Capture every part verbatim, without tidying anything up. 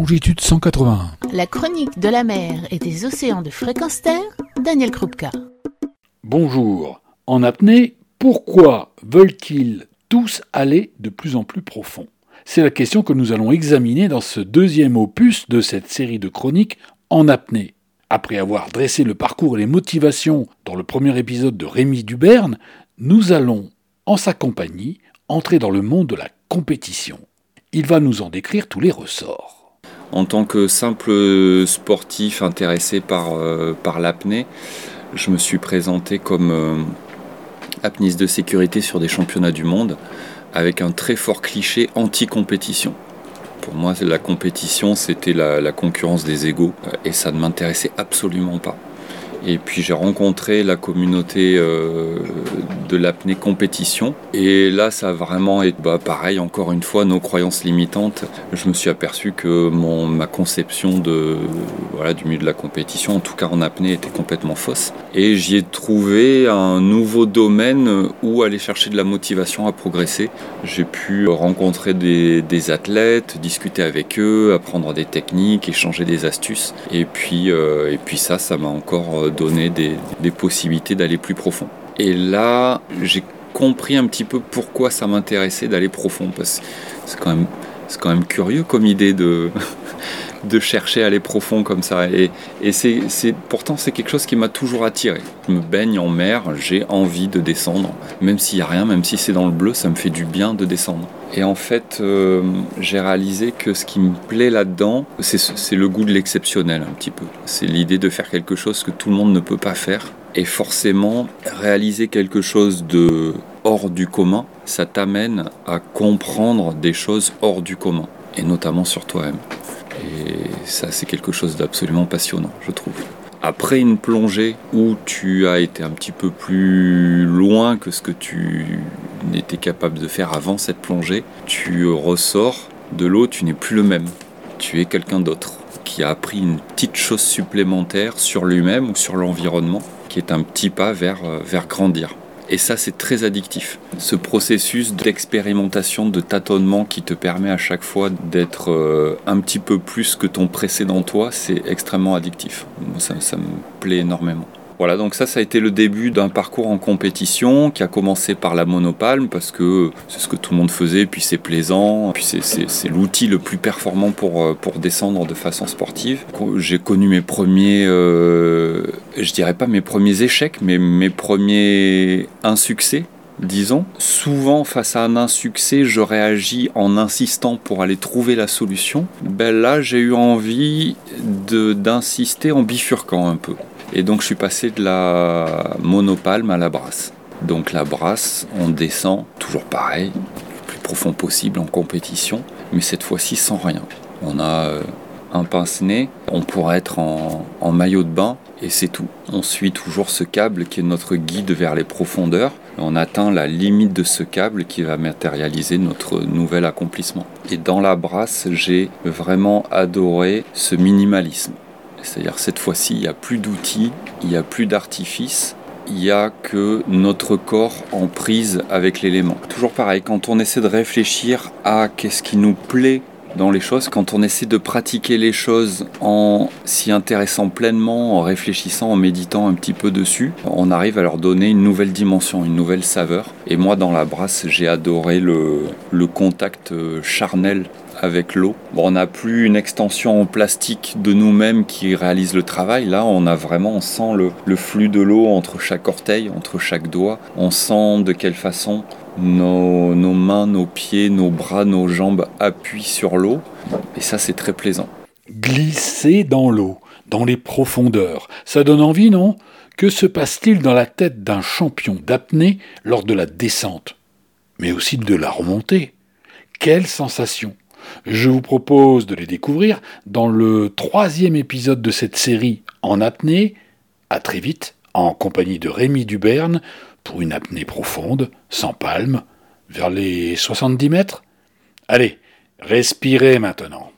longitude cent quatre-vingt-un. La chronique de la mer et des océans de Fréquence Terre, Daniel Krupka. Bonjour. En apnée, pourquoi veulent-ils tous aller de plus en plus profond ? C'est la question que nous allons examiner dans ce deuxième opus de cette série de chroniques en apnée. Après avoir dressé le parcours et les motivations dans le premier épisode de Rémi Duberne, nous allons, en sa compagnie, entrer dans le monde de la compétition. Il va nous en décrire tous les ressorts. En tant que simple sportif intéressé par, euh, par l'apnée, je me suis présenté comme euh, apnéiste de sécurité sur des championnats du monde avec un très fort cliché anti-compétition. Pour moi, la compétition, c'était la, la concurrence des égos et ça ne m'intéressait absolument pas. Et puis j'ai rencontré la communauté euh, de l'apnée compétition. Et là, ça a vraiment été bah, pareil, encore une fois, nos croyances limitantes. Je me suis aperçu que mon, ma conception de, voilà, du milieu de la compétition, en tout cas en apnée, était complètement fausse. Et j'y ai trouvé un nouveau domaine où aller chercher de la motivation à progresser. J'ai pu rencontrer des, des athlètes, discuter avec eux, apprendre des techniques, échanger des astuces. Et puis, euh, et puis ça, ça m'a encore donné des, des possibilités d'aller plus profond. Et là, j'ai compris un petit peu pourquoi ça m'intéressait d'aller profond, parce que c'est quand même, c'est quand même curieux comme idée de, de chercher à aller profond comme ça. Et, et c'est, c'est, pourtant, c'est quelque chose qui m'a toujours attiré. Je me baigne en mer, j'ai envie de descendre. Même s'il n'y a rien, même si c'est dans le bleu, ça me fait du bien de descendre. Et en fait, euh, j'ai réalisé que ce qui me plaît là-dedans, c'est, c'est le goût de l'exceptionnel un petit peu. C'est l'idée de faire quelque chose que tout le monde ne peut pas faire. Et forcément, réaliser quelque chose de hors du commun, ça t'amène à comprendre des choses hors du commun, et notamment sur toi-même. Et ça, c'est quelque chose d'absolument passionnant, je trouve. Après une plongée où tu as été un petit peu plus loin que ce que tu n'étais capable de faire avant cette plongée, tu ressors de l'eau, tu n'es plus le même. Tu es quelqu'un d'autre qui a appris une petite chose supplémentaire sur lui-même ou sur l'environnement, qui est un petit pas vers, vers grandir. Et ça, c'est très addictif. Ce processus d'expérimentation, de tâtonnement qui te permet à chaque fois d'être euh, un petit peu plus que ton précédent toi, c'est extrêmement addictif. Moi, ça, ça me plaît énormément. Voilà, donc ça, ça a été le début d'un parcours en compétition qui a commencé par la monopalme parce que c'est ce que tout le monde faisait, puis c'est plaisant, puis c'est, c'est, c'est l'outil le plus performant pour, pour descendre de façon sportive. J'ai connu mes premiers, euh, je dirais pas mes premiers échecs, mais mes premiers insuccès, disons. Souvent, face à un insuccès, je réagis en insistant pour aller trouver la solution. Ben là, j'ai eu envie de, d'insister en bifurquant un peu. Et donc je suis passé de la monopalme à la brasse. Donc la brasse, on descend, toujours pareil, le plus profond possible en compétition, mais cette fois-ci sans rien. On a euh, un pince-nez, on pourrait être en, en maillot de bain, et c'est tout. On suit toujours ce câble qui est notre guide vers les profondeurs. On atteint la limite de ce câble qui va matérialiser notre nouvel accomplissement. Et dans la brasse, j'ai vraiment adoré ce minimalisme. C'est-à-dire cette fois-ci, il n'y a plus d'outils, il n'y a plus d'artifices, il n'y a que notre corps en prise avec l'élément. Toujours pareil, quand on essaie de réfléchir à qu'est-ce qui nous plaît dans les choses, quand on essaie de pratiquer les choses en s'y intéressant pleinement, en réfléchissant, en méditant un petit peu dessus, on arrive à leur donner une nouvelle dimension, une nouvelle saveur. Et moi, dans la brasse, j'ai adoré le, le contact charnel avec l'eau. Bon, on n'a plus une extension en plastique de nous-mêmes qui réalise le travail. Là, on a vraiment, on sent le, le flux de l'eau entre chaque orteil, entre chaque doigt. On sent de quelle façon nos, nos mains, nos pieds, nos bras, nos jambes appuient sur l'eau. Et ça, c'est très plaisant. Glisser dans l'eau, dans les profondeurs, ça donne envie, non ? Que se passe-t-il dans la tête d'un champion d'apnée lors de la descente ? Mais aussi de la remontée ? Quelle sensation ? Je vous propose de les découvrir dans le troisième épisode de cette série en apnée. À très vite, en compagnie de Rémi Duberne, pour une apnée profonde, sans palme, vers les soixante-dix mètres. Allez, respirez maintenant.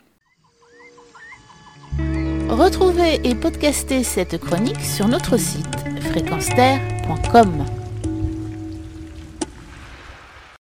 Retrouvez et podcastez cette chronique sur notre site fréquence terre point com.